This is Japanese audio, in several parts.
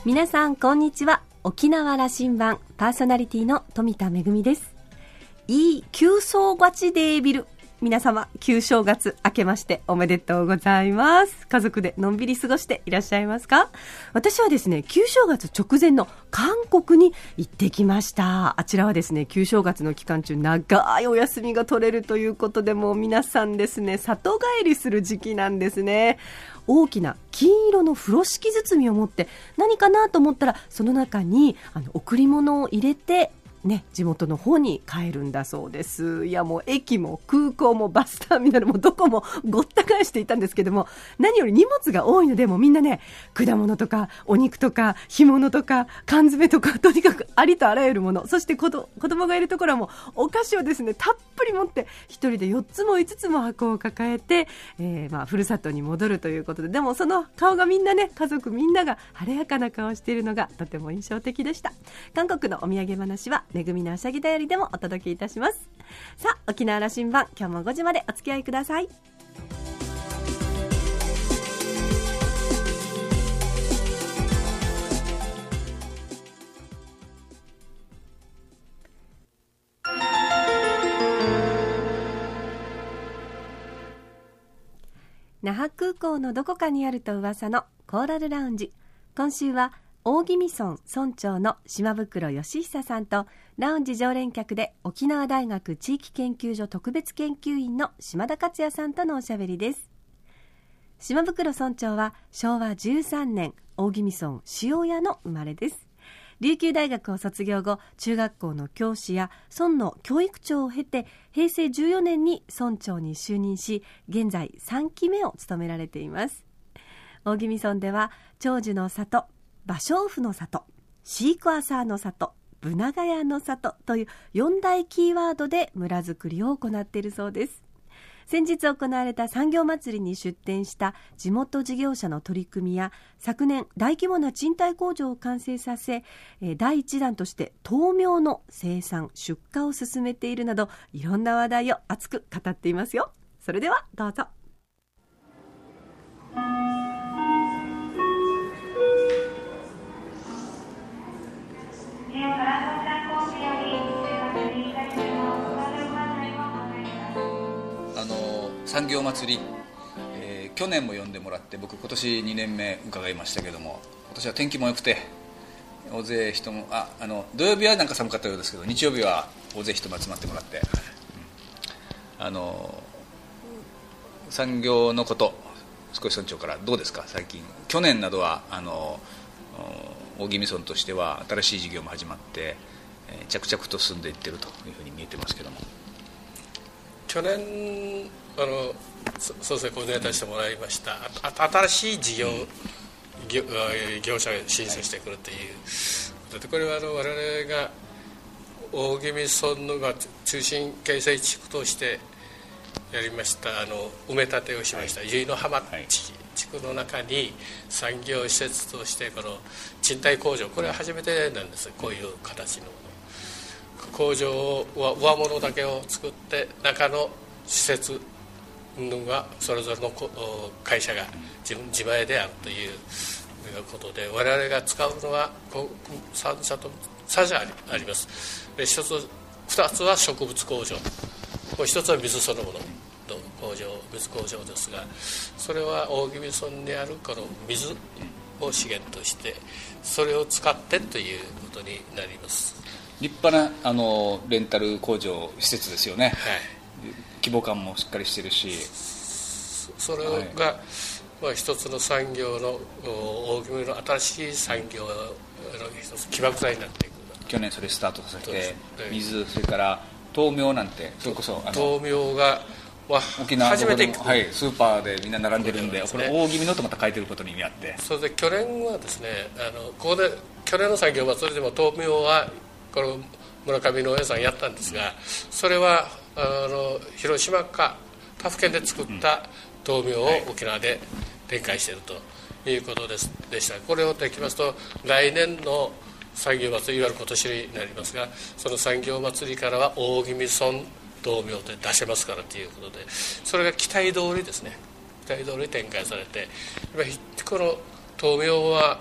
皆さんこんにちは。沖縄羅針盤パーソナリティの富田恵です。いい旧正月デービル、皆様旧正月明けましておめでとうございます。家族でのんびり過ごしていらっしゃいますか？私はですね、旧正月直前の韓国に行ってきました。あちらはですね、旧正月の期間中長いお休みが取れるということで、もう皆さんですね、里帰りする時期なんですね。大きな金色の風呂敷包みを持って、何かなと思ったらその中に贈り物を入れてね、地元の方に帰るんだそうです。いや、もう駅も空港もバスターミナルもどこもごった返していたんですけども、何より荷物が多いので、もうみんなね、果物とかお肉とか干物とか缶詰とか、とにかくありとあらゆるもの、そして子供がいるところはもうお菓子をですね、たっぷり持って一人で4つも5つも箱を抱えて、ふるさとに戻るということで、でもその顔がみんなね、家族みんなが晴れやかな顔をしているのがとても印象的でした。韓国のお土産話はめぐみのあしゃぎだよりでもお届けいたします。さあ、沖縄羅針盤、今日も5時までお付き合いください。那覇空港のどこかにあると噂のコーラルラウンジ。今週は大宜味村村長の島袋義久さんと、ラウンジ常連客で沖縄大学地域研究所特別研究員の島田克也さんとのおしゃべりです。島袋村長は昭和13年大宜味村塩屋の生まれです。琉球大学を卒業後、中学校の教師や村の教育長を経て、平成14年に村長に就任し、現在3期目を務められています。大宜味村では長寿の里、芭蕉布の里、シークワーサーの里、ブナガヤの里という4大キーワードで村づくりを行っているそうです。先日行われた産業祭りに出展した地元事業者の取り組みや、昨年大規模な賃貸工場を完成させ、第一弾として豆苗の生産出荷を進めているなど、いろんな話題を熱く語っていますよ。それではどうぞ。 産業祭り、去年も呼んでもらって、僕今年2年目伺いましたけども、今年は天気も良くて大勢人も土曜日はなんか寒かったようですけど、日曜日は大勢人も集まってもらって、産業のこと、少し村長からどうですか？最近去年などは大宜味村としては新しい事業も始まって、着々と進んでいっているというふうに見えてますけども。 去年そうですね、コーディネーターしてもらいました。新しい事業、業者が審査してくるということで、これは我々が大宜味村の中心経済地区としてやりました、埋め立てをしました、由比の浜地区の中に産業施設としてこの賃貸工場、これは初めてなんです。こういう形の工場は上物だけを作って、中の施設がそれぞれの会社が自前であるということで、我々が使うのは3社あります。で、2つは植物工場、もう1つは水そのものの水工場ですが、それは大宜味村にあるこの水を資源として、それを使ってということになります。 立派なレンタル工場施設ですよね、はい、規模感もしっかりしてるし、 それが、一つの産業の大宜味の新しい産業の一つ起爆剤になっていく。 去年それスタートさせて、水、それから豆苗なんて、それこそ豆苗が沖縄どこでも、スーパーでみんな並んでるんで、これ大宜味のとまた書いてることに意味あって、 それで去年はですね、ここで去年の産業祭りでも豆苗はこの村上農園さんやったんですが、それは広島か他府県で作った豆苗を沖縄で展開しているということでした。これをできますと、来年の産業祭り、いわゆる今年になりますが、その産業祭りからは大宜味村豆苗で出せますからということで、それが期待通りですね、期待通り展開されて、この豆苗は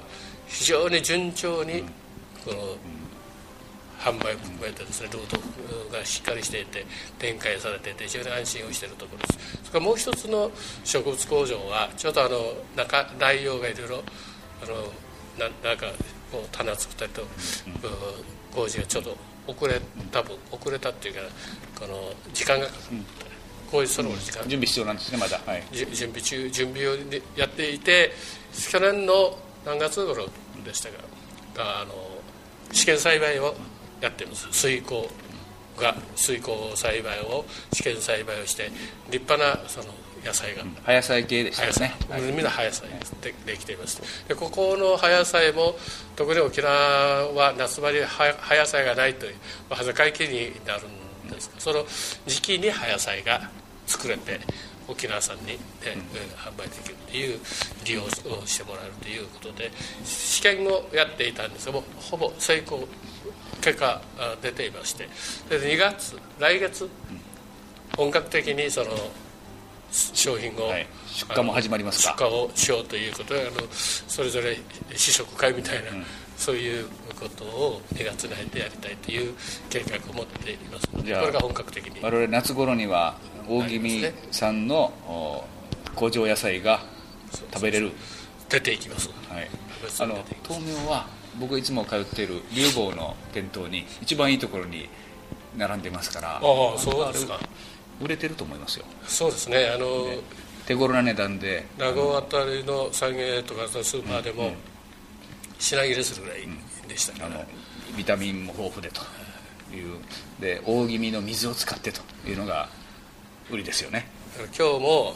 非常に順調にこの販売も含めてですね、ルートがしっかりしていて展開されていて非常に安心をしているところです。それからもう一つの植物工場はちょっと内容がいろいろなんかこう棚作ったりと、工事がちょっと遅れたっていうかこの時間がかかる、こういうその時間準備必要なんですねまだ、はい、 準備をやっていて、去年の何月頃でしたか試験栽培をやっています。水耕栽培を試験栽培をして立派なその野菜が、 葉野菜系でしたよね。 みんな葉野菜できています。でここの葉野菜も特に沖縄は夏場に葉野菜がないという端境期になるんですが、その時期に葉野菜が作れて沖縄産に、販売できるという利用をしてもらえるということで試験をやっていたんですが、もうほぼ成功結果出ていまして、で来月本格的にその商品を、 出荷も始まりますか。 出荷をしようということでそれぞれ試食会みたいな、そういうことを2月に入ってやりたいという計画を持っていますので、これが本格的に我々夏頃には大宜味さんの工場野菜が食べれる、 出ていきます。 はい、豆苗は僕いつも通っている龍坊の店頭に一番いいところに並んでますから、 そうですか。 売れてると思いますよ。 そうですね。 手頃な値段で名護あたりの産業とかスーパーでも品切れするぐらいでしたから、 ビタミンも豊富でというで大宜味の水を使ってというのが売りですよね。 今日も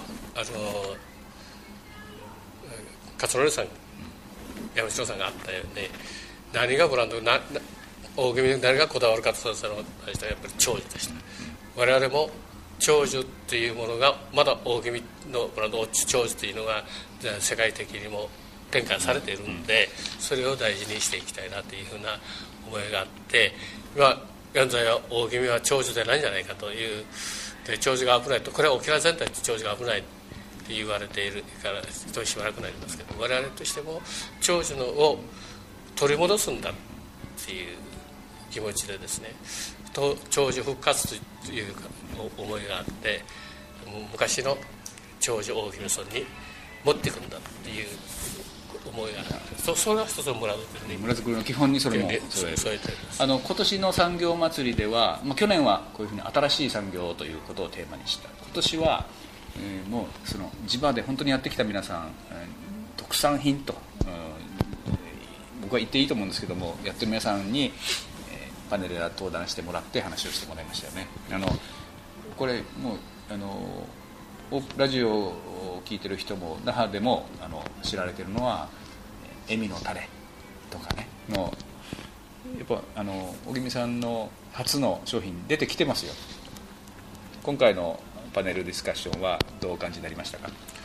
勝則さん、山城さんがあったように何がブランド大宜味に何がこだわるかとしたらやっぱり長寿でした。我々も長寿っていうものがまだ大宜味のブランド長寿というのが世界的にも展開されているので、それを大事にしていきたいなというふうな思いがあって、今現在は大宜味は長寿でないんじゃないかというで、長寿が危ないと、これは沖縄全体で長寿が危ないと言われているから人しばらくなりますけど、我々としても長寿を取り戻すんだっていう気持ちでですね、長寿復活という思いがあって、昔の長寿大宜味村に持っていくんだっていう思いがあって、それが一つの村づくり村づくりの基本にそれも添える。今年の産業祭りでは、去年はこういうふうに新しい産業ということをテーマにした。今年は、もうその地場で本当にやってきた皆さん、特産品と、僕は言っていいと思うんですけども、やってる皆さんにパネルや登壇してもらって話をしてもらいましたよね。これもうラジオを聞いてる人も那覇でも知られてるのは笑みのタレとかねのやっぱ大宜味さんの初の商品出てきてますよ。今回のパネルディスカッションはどうお感じになりましたか。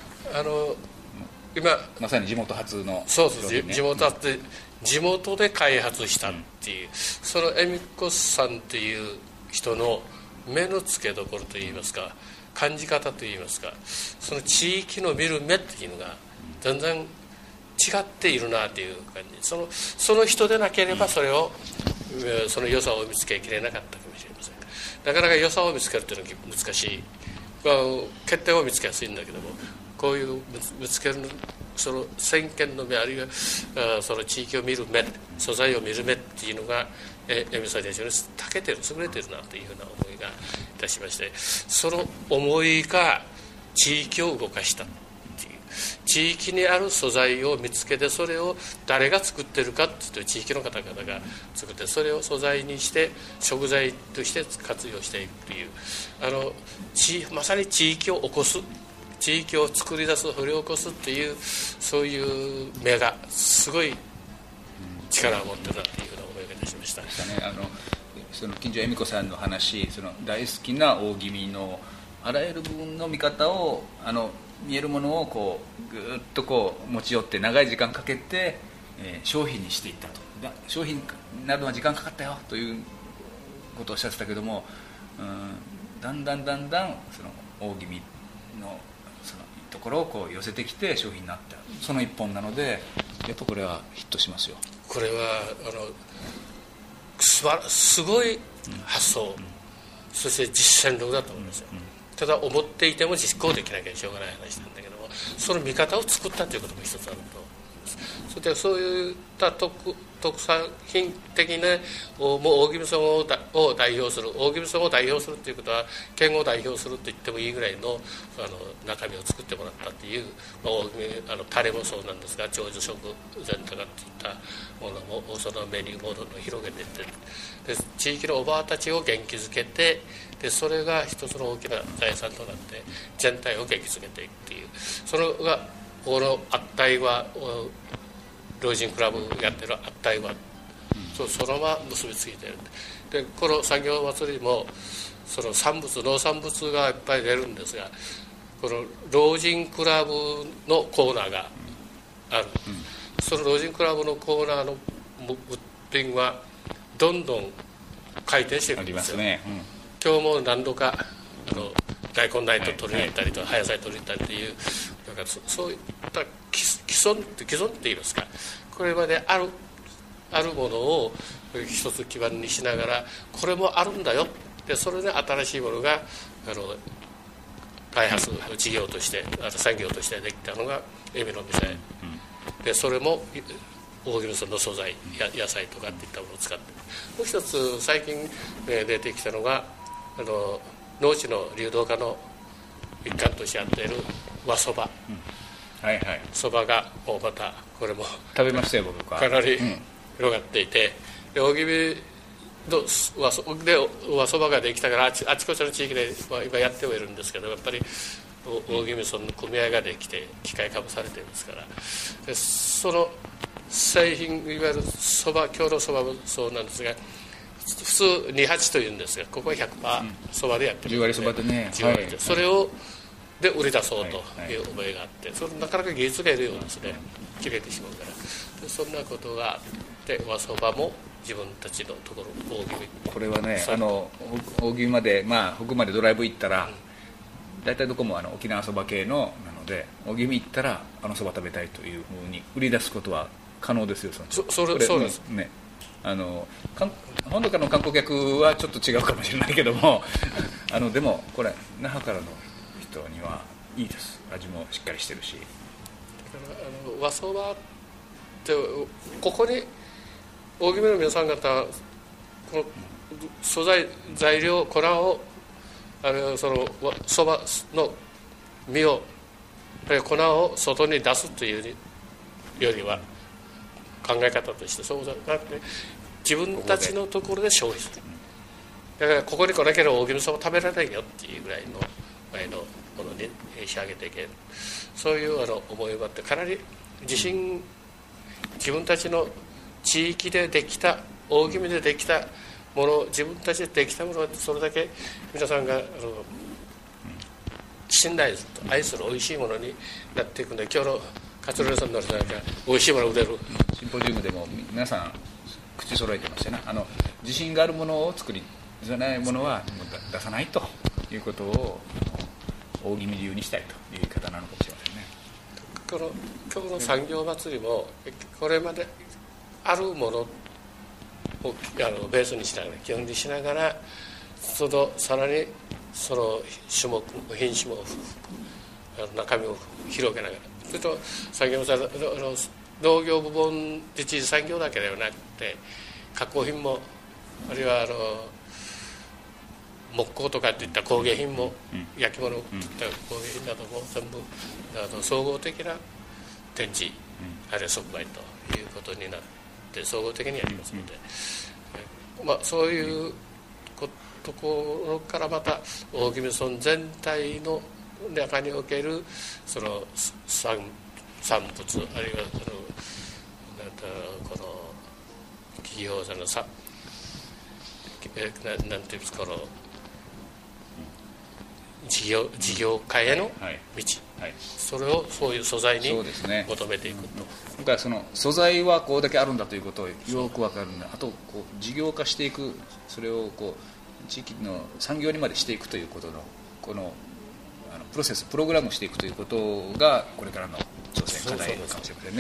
今まさに地元初のそうです、地元初で地元で開発したっていう、その恵美子さんっていう人の目の付けどころといいますか感じ方といいますか、その地域の見る目っていうのが全然違っているなという感じ、その人でなければその良さを見つけきれなかったかもしれません。なかなか良さを見つけるというのは難しい、欠点を見つけやすいんだけども、こういう見つけるその先見の目、あるいはその地域を見る目、素材を見る目っていうのが恵美さんには非常に長けてる、優れてるなというふうな思いがいたしまして、その思いが地域を動かしたっていう、地域にある素材を見つけて、それを誰が作ってるかっていうと地域の方々が作って、それを素材にして食材として活用していくという、まさに地域を起こす、地域を作り出す、掘り起こすっていう、そういう目がすごい力を持ってるなというふうな思いがいたしました。 その近所恵美子さんの話、その大好きな大宜味のあらゆる部分の見方を見えるものをこうぐーっとこう持ち寄って長い時間かけて、商品にしていったと。商品になるのは時間かかったよということをおっしゃってたけども、だんだんその大宜味のそのところをこう寄せてきて商品になった、その一本なので、 やっぱこれはヒットしますよ。 これはすごい発想、そして実践力だと思いますよ。ただ思っていても実行できなきゃしょうがない話なんだけども、その見方を作ったということも一つあると思います。それでそういった特産品的なもう大宜味村を代表する、大宜味村を代表するということは県を代表すると言ってもいいぐらいの中身を作ってもらったという、タレもそうなんですが、長寿食膳とかっていったものもそのメニューモードを広げていって、で地域のおばあたちを元気づけて、でそれが一つの大きな財産となって全体を元気づけていくっていう、それがこのあったいは老人クラブやってるあったいは、そのまま結びついている。でこの産業祭りもその農産物がいっぱい出るんですが、この老人クラブのコーナーがある、その老人クラブのコーナーの物品はどんどん回転していくんですよ。今日も何度か大根大と取りに行ったりと葉野菜取りに行ったりという、だからそういった既存って言いますか、これまであるものを一つ基盤にしながら、これもあるんだよ、でそれで新しいものが開発事業として産業としてできたのが恵美の店で、それも大宜味村の素材野菜とかっていったものを使って、もう一つ最近出てきたのが農地の流動化の一環としてやっている和そば、そばがもうまたこれも食べましたよ僕は。 かなり広がっていて、で大宜味の和そばができたからあちこちの地域で今やってはいるんですけど、やっぱり大宜味村の組合ができて機械化もされていますから、でその製品いわゆるそば、今日のそばもそうなんですが、普通28というんですが、ここは 100% そばでやってる 10割そばでね、 それをで売り出そうという思いがあって、それなかなか技術がいるようですね、切れてしまうから。でそんなことがあって和そばも自分たちのところ大宜味、 これはね大宜味まで、北までドライブ行ったら、大体どこも沖縄そば系のなので、大宜味行ったらそば食べたいというふうに売り出すことは可能ですよ。 そうですね。本土からの観光客はちょっと違うかもしれないけどもでもこれ那覇からの人にはいいです。味もしっかりしてるし、だから和そばってここに大宜味の皆さん方この素材料粉をそのそばの実を粉を外に出すというよりは考え方としてそうじゃなくて、自分たちのところで消費する。だからここに来なければ大宜味そば食べられないよっていうぐらいの前のものに仕上げていける、そういう思いがあって、かなり自分たちの地域でできた大宜味でできたもの、自分たちでできたものはそれだけ皆さんが信頼すると愛するおいしいものになっていくので、今日の勝浦さんのなんかおいしいものを売れるシンポジウムでも皆さん口揃えてましたね。自信があるものを作りじゃないものは出さないということを大宜味流にしたいという言い方なのかもしれませんね。 今日の産業祭りもこれまであるものをベースにしながら基本にしながら、さらにその品種も中身を広げながら、それと産業祭農業部門で一次産業だけではなくて加工品も、あるいは木工とかっていった工芸品も、焼き物といった工芸品なども全部総合的な展示、あるいは即売ということになって総合的にやりますので、そういうところからまた大宜味村全体の中におけるその産物、あるいはこの企業さんのなんていうんですか、この事業化への道、それをそういう素材に求めていくと。 だからその素材はこれだけあるんだということをよく分かるんだ。あと事業化していく、それを地域の産業にまでしていくということのこのプログラムしていくということがこれからの挑戦課題かもしれませんね。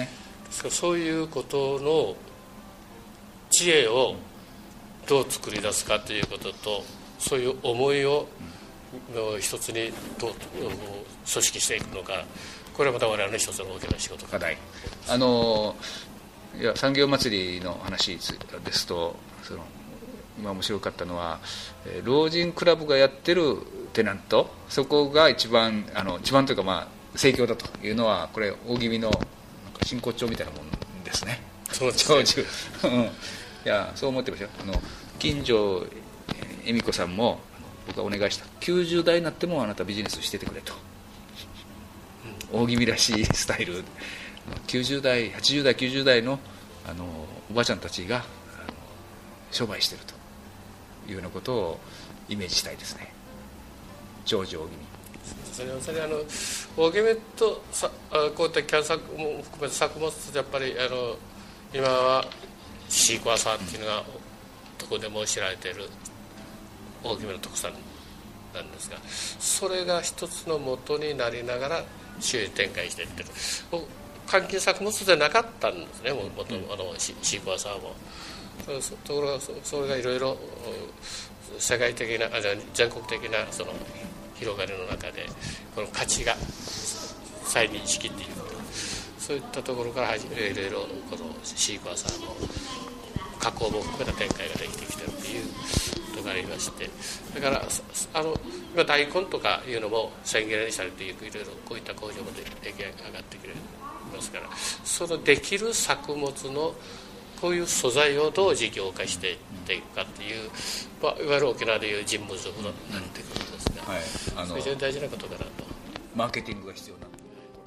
ですからそういうことの知恵をどう作り出すかということと、そういう思いを一つにどう組織していくのか、これはまた我々の一つの大きな仕事課題。 いや産業祭りの話ですと、今面白かったのは、老人クラブがやってるテナント、そこが一番というか、盛況だというのは、これ大宜味のなんか真骨頂みたいなもんですね。 そうですねいやそう思ってましたよ。近所恵美子さんも僕はお願いした。90代になってもあなたビジネスしててくれと、大宜味らしいスタイル、90代80代90代のおばあちゃんたちが商売してるというようなことをイメージしたいですね。長寿大宜味、 それ大宜味とこういったキャンサーも含めて作物ってやっぱり今はシークワーサーっていうのがどこでも知られている大宜味の特産なんですが、それが一つの元になりながら周囲展開していってる。換金作物でなかったんですね、元シークワーサーも。ところがそれがいろいろ世界的な全国的なその広がりの中でこの価値が再認識っていうか、そういったところからいろいろこのシークワーサーの加工も含めた展開ができてきてるっていうことがありまして、だから今大根とかいうのも千切れにされていく、いろいろこういった工場も出来上がってくれますから、そのできる作物のこういう素材をどう事業化していっていくかっていう、いわゆる沖縄でいう人物像になってくるんですね。非常に大事なことかなと。 マーケティングが必要な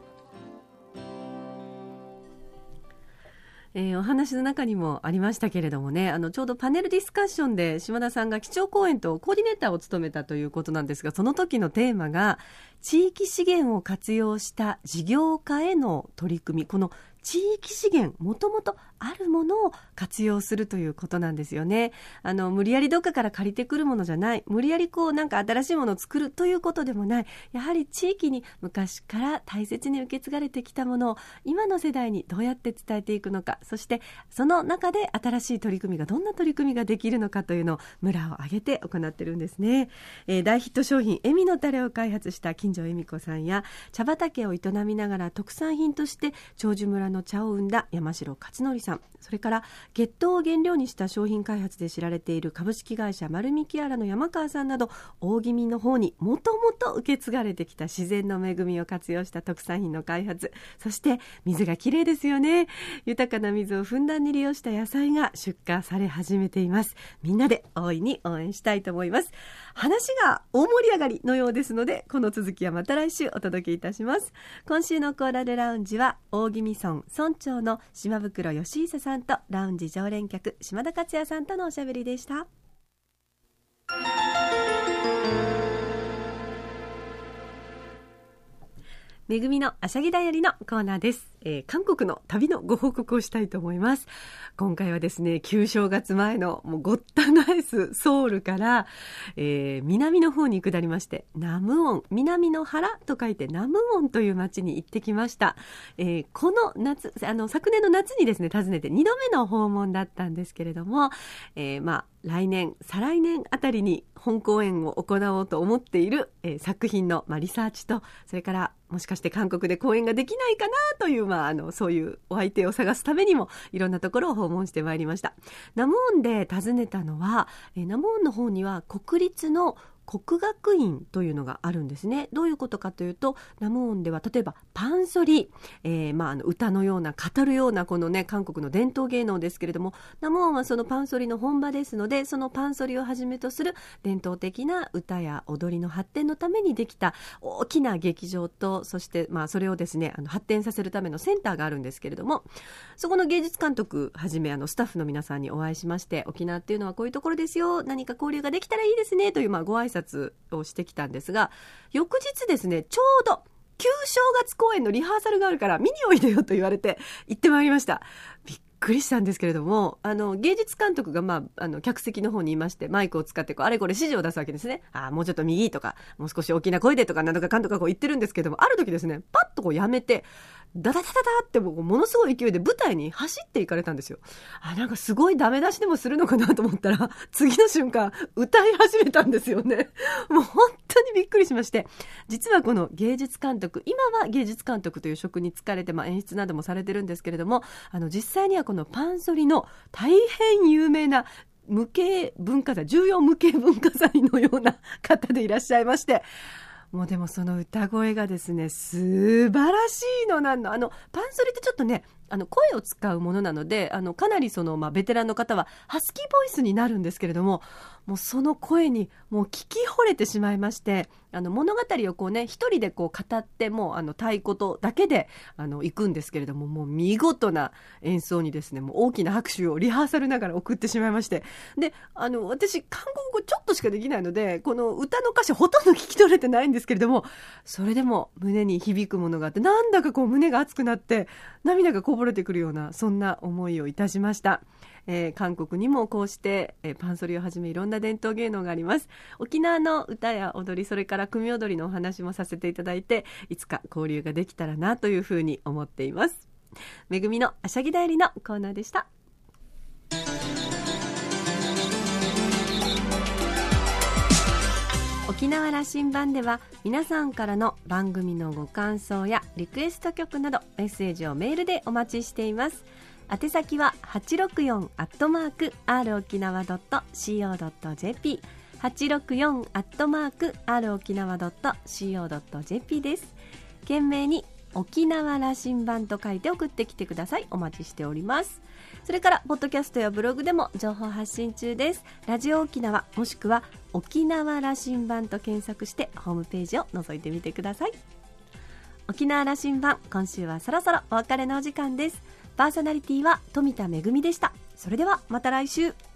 お話の中にもありましたけれどもね、ちょうどパネルディスカッションで島田さんが基調講演とコーディネーターを務めたということなんですが、その時のテーマが地域資源を活用した事業化への取り組み。この地域資源、もともとあるものを活用するということなんですよね。無理やりどっかから借りてくるものじゃない、無理やりなんか新しいものを作るということでもない、やはり地域に昔から大切に受け継がれてきたものを今の世代にどうやって伝えていくのか、そしてその中で新しい取り組みがどんな取り組みができるのかというのを村を挙げて行っているんですね。大ヒット商品恵美のタレを開発した近所恵美子さんや、茶畑を営みながら特産品として長寿村の茶を生んだ山城勝則さん、それから月桃を原料にした商品開発で知られている株式会社丸見キアラの山川さんなど、大宜味の方にもともと受け継がれてきた自然の恵みを活用した特産品の開発、そして水がきれいですよね。豊かな水をふんだんに利用した野菜が出荷され始めています。みんなで大いに応援したいと思います。話が大盛り上がりのようですので、この続きはまた来週お届けいたします。今週のコーラルラウンジは大宜味村村長の島袋義久さんとラウンジ常連客島田克也さんとのおしゃべりでした。めぐみのあしゃぎだよりのコーナーです。韓国の旅のご報告をしたいと思います。今回はですね、旧正月前のもうごったナイスソウルから、南の方に下りまして、ナムオン、南の原と書いてナムオンという町に行ってきました。この夏、昨年の夏にですね、訪ねて2度目の訪問だったんですけれども、来年、再来年あたりに本公演を行おうと思っている、作品の、リサーチと、それからもしかして韓国で公演ができないかなという、そういうお相手を探すためにもいろんなところを訪問してまいりました。ナムオンで訪ねたのは、ナムオンの方には国立の国学院というのがあるんですね。どういうことかというと、ナムオンでは例えばパンソリ、歌のような語るようなこのね、韓国の伝統芸能ですけれども、ナムオンはそのパンソリの本場ですので、そのパンソリをはじめとする伝統的な歌や踊りの発展のためにできた大きな劇場と、そしてそれをですね、発展させるためのセンターがあるんですけれども、そこの芸術監督はじめスタッフの皆さんにお会いしまして、沖縄っていうのはこういうところですよ、何か交流ができたらいいですねというご挨拶をしてきたんですが、翌日ですね、ちょうど旧正月公演のリハーサルがあるから見においでよと言われて行ってまいりました。びっくりしたんですけれども、芸術監督が客席の方にいまして、マイクを使ってあれこれ指示を出すわけですね。もうちょっと右とか、もう少し大きな声でとか、なんとかかんとか言ってるんですけども、ある時ですね、パッとこうやめて、ダダダダダってものすごい勢いで舞台に走っていかれたんですよ。なんかすごいダメ出しでもするのかなと思ったら、次の瞬間歌い始めたんですよね。もう本当にびっくりしまして、実はこの芸術監督、今は芸術監督という職に就かれて、演出などもされてるんですけれども、実際にはこのパンソリの大変有名な無形文化財、重要無形文化財のような方でいらっしゃいまして、もうでもその歌声がですね、素晴らしいのなの。パンソリってちょっとね、声を使うものなので、かなりベテランの方はハスキーボイスになるんですけれども、もうその声にもう聞き惚れてしまいまして、物語をこうね、一人でこう語って、もう太鼓とだけで行くんですけれども、もう見事な演奏にですね、もう大きな拍手をリハーサルながら送ってしまいまして、で、私韓国語ちょっとしかできないので、この歌の歌詞ほとんど聞き取れてないんですけれども、それでも胸に響くものがあって、なんだかこう胸が熱くなって涙がこぼれてくるような、そんな思いをいたしました。韓国にもこうして、パンソリをはじめいろんな伝統芸能があります。沖縄の歌や踊り、それから組踊りのお話もさせていただいて、いつか交流ができたらなというふうに思っています。めぐみのあしゃぎだよりのコーナーでした。沖縄羅針盤では皆さんからの番組のご感想やリクエスト曲などメッセージをメールでお待ちしています。宛先は 864@rokinawa.co.jp 864@rokinawa.co.jp です。懸命に沖縄羅針盤と書いて送ってきてください。お待ちしております。それからポッドキャストやブログでも情報発信中です。ラジオ沖縄もしくは沖縄羅針盤と検索してホームページを覗いてみてください。沖縄羅針盤、今週はそろそろお別れのお時間です。パーソナリティは富田恵でした。それではまた来週。